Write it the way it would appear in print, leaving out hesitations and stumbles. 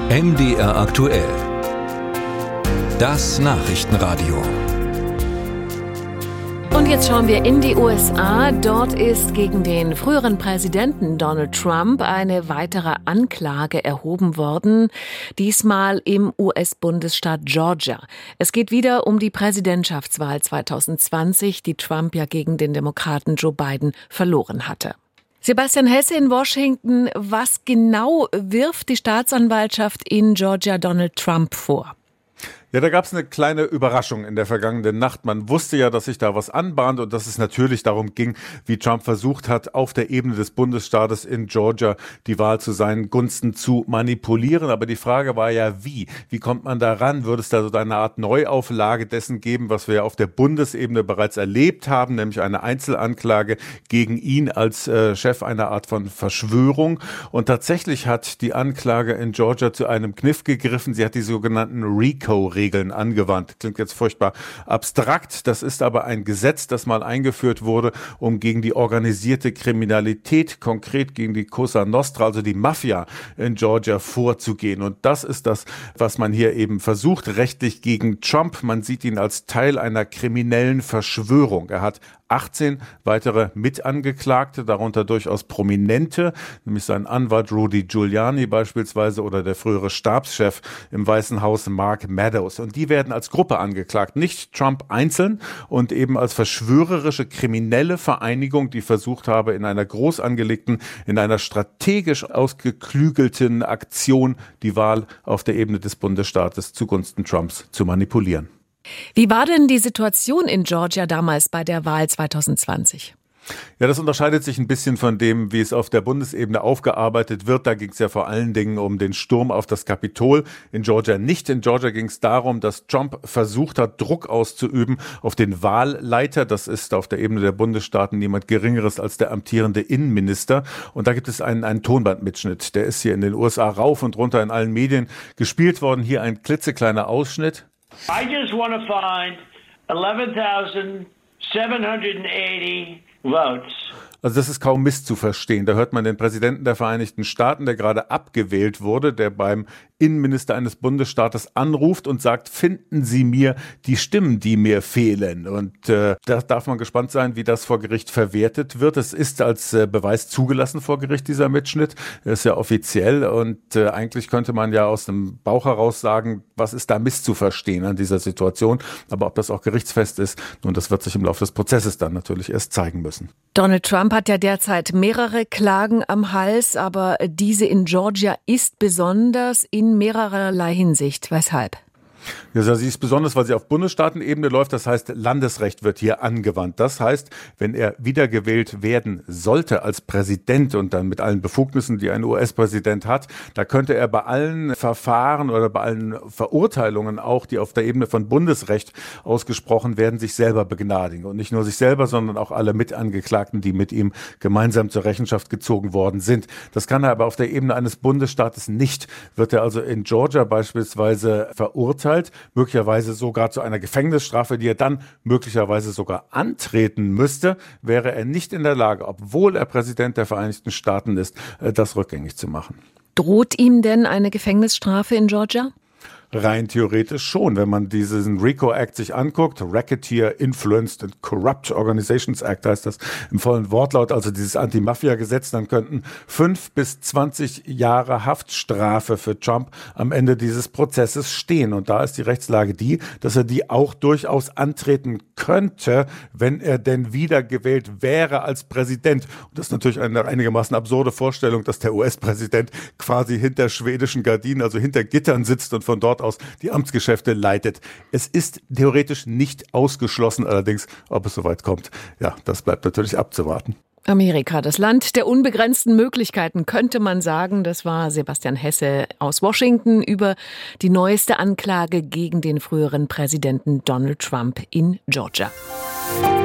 MDR aktuell. Das Nachrichtenradio. Und jetzt schauen wir in die USA. Dort ist gegen den früheren Präsidenten Donald Trump eine weitere Anklage erhoben worden, diesmal im US-Bundesstaat Georgia. Es geht wieder um die Präsidentschaftswahl 2020, die Trump ja gegen den Demokraten Joe Biden verloren hatte. Sebastian Hesse in Washington, was genau wirft die Staatsanwaltschaft in Georgia Donald Trump vor? Ja, da gab es eine kleine Überraschung in der vergangenen Nacht. Man wusste ja, dass sich da was anbahnt und dass es natürlich darum ging, wie Trump versucht hat, auf der Ebene des Bundesstaates in Georgia die Wahl zu seinen Gunsten zu manipulieren. Aber die Frage war ja, wie? Wie kommt man da ran? Würde es da so eine Art Neuauflage dessen geben, was wir ja auf der Bundesebene bereits erlebt haben, nämlich eine Einzelanklage gegen ihn als Chef einer Art von Verschwörung? Und tatsächlich hat die Anklage in Georgia zu einem Kniff gegriffen. Sie hat die sogenannten RICO-Regeln angewandt. Klingt jetzt furchtbar abstrakt. Das ist aber ein Gesetz, das mal eingeführt wurde, um gegen die organisierte Kriminalität, konkret gegen die Cosa Nostra, also die Mafia in Georgia, vorzugehen. Und das ist das, was man hier eben versucht, rechtlich gegen Trump. Man sieht ihn als Teil einer kriminellen Verschwörung. Er hat 18 weitere Mitangeklagte, darunter durchaus Prominente, nämlich sein Anwalt Rudy Giuliani beispielsweise oder der frühere Stabschef im Weißen Haus Mark Meadows. Und die werden als Gruppe angeklagt, nicht Trump einzeln und eben als verschwörerische kriminelle Vereinigung, die versucht habe, in einer groß angelegten, in einer strategisch ausgeklügelten Aktion die Wahl auf der Ebene des Bundesstaates zugunsten Trumps zu manipulieren. Wie war denn die Situation in Georgia damals bei der Wahl 2020? Ja, das unterscheidet sich ein bisschen von dem, wie es auf der Bundesebene aufgearbeitet wird. Da ging es ja vor allen Dingen um den Sturm auf das Kapitol. In Georgia nicht. In Georgia ging es darum, dass Trump versucht hat, Druck auszuüben auf den Wahlleiter. Das ist auf der Ebene der Bundesstaaten niemand Geringeres als der amtierende Innenminister. Und da gibt es einen Tonbandmitschnitt. Der ist hier in den USA rauf und runter in allen Medien gespielt worden. Hier ein klitzekleiner Ausschnitt. I just want to find 11,780 votes. Also das ist kaum misszuverstehen. Da hört man den Präsidenten der Vereinigten Staaten, der gerade abgewählt wurde, der beim Innenminister eines Bundesstaates anruft und sagt, finden Sie mir die Stimmen, die mir fehlen. Und da darf man gespannt sein, wie das vor Gericht verwertet wird. Es ist als Beweis zugelassen vor Gericht, dieser Mitschnitt. Er ist ja offiziell und eigentlich könnte man ja aus dem Bauch heraus sagen, was ist da misszuverstehen an dieser Situation. Aber ob das auch gerichtsfest ist, nun, das wird sich im Laufe des Prozesses dann natürlich erst zeigen müssen. Donald Trump hat ja derzeit mehrere Klagen am Hals, aber diese in Georgia ist besonders in mehrererlei Hinsicht. Weshalb? Ja, sie ist besonders, weil sie auf Bundesstaatenebene läuft. Das heißt, Landesrecht wird hier angewandt. Das heißt, wenn er wiedergewählt werden sollte als Präsident und dann mit allen Befugnissen, die ein US-Präsident hat, da könnte er bei allen Verfahren oder bei allen Verurteilungen auch, die auf der Ebene von Bundesrecht ausgesprochen werden, sich selber begnadigen. Und nicht nur sich selber, sondern auch alle Mitangeklagten, die mit ihm gemeinsam zur Rechenschaft gezogen worden sind. Das kann er aber auf der Ebene eines Bundesstaates nicht. Wird er also in Georgia beispielsweise verurteilt, möglicherweise sogar zu einer Gefängnisstrafe, die er dann möglicherweise sogar antreten müsste, wäre er nicht in der Lage, obwohl er Präsident der Vereinigten Staaten ist, das rückgängig zu machen. Droht ihm denn eine Gefängnisstrafe in Georgia? Rein theoretisch schon, wenn man diesen RICO Act sich anguckt, Racketeer Influenced and Corrupt Organizations Act heißt das im vollen Wortlaut, also dieses Anti-Mafia-Gesetz, dann könnten 5 bis 20 Jahre Haftstrafe für Trump am Ende dieses Prozesses stehen. Und da ist die Rechtslage die, dass er die auch durchaus antreten könnte, wenn er denn wiedergewählt wäre als Präsident. Und das ist natürlich eine einigermaßen absurde Vorstellung, dass der US-Präsident quasi hinter schwedischen Gardinen, also hinter Gittern sitzt und von dort aus die Amtsgeschäfte leitet. Es ist theoretisch nicht ausgeschlossen, allerdings, ob es soweit kommt, ja, das bleibt natürlich abzuwarten. Amerika, das Land der unbegrenzten Möglichkeiten, könnte man sagen. Das war Sebastian Hesse aus Washington über die neueste Anklage gegen den früheren Präsidenten Donald Trump in Georgia.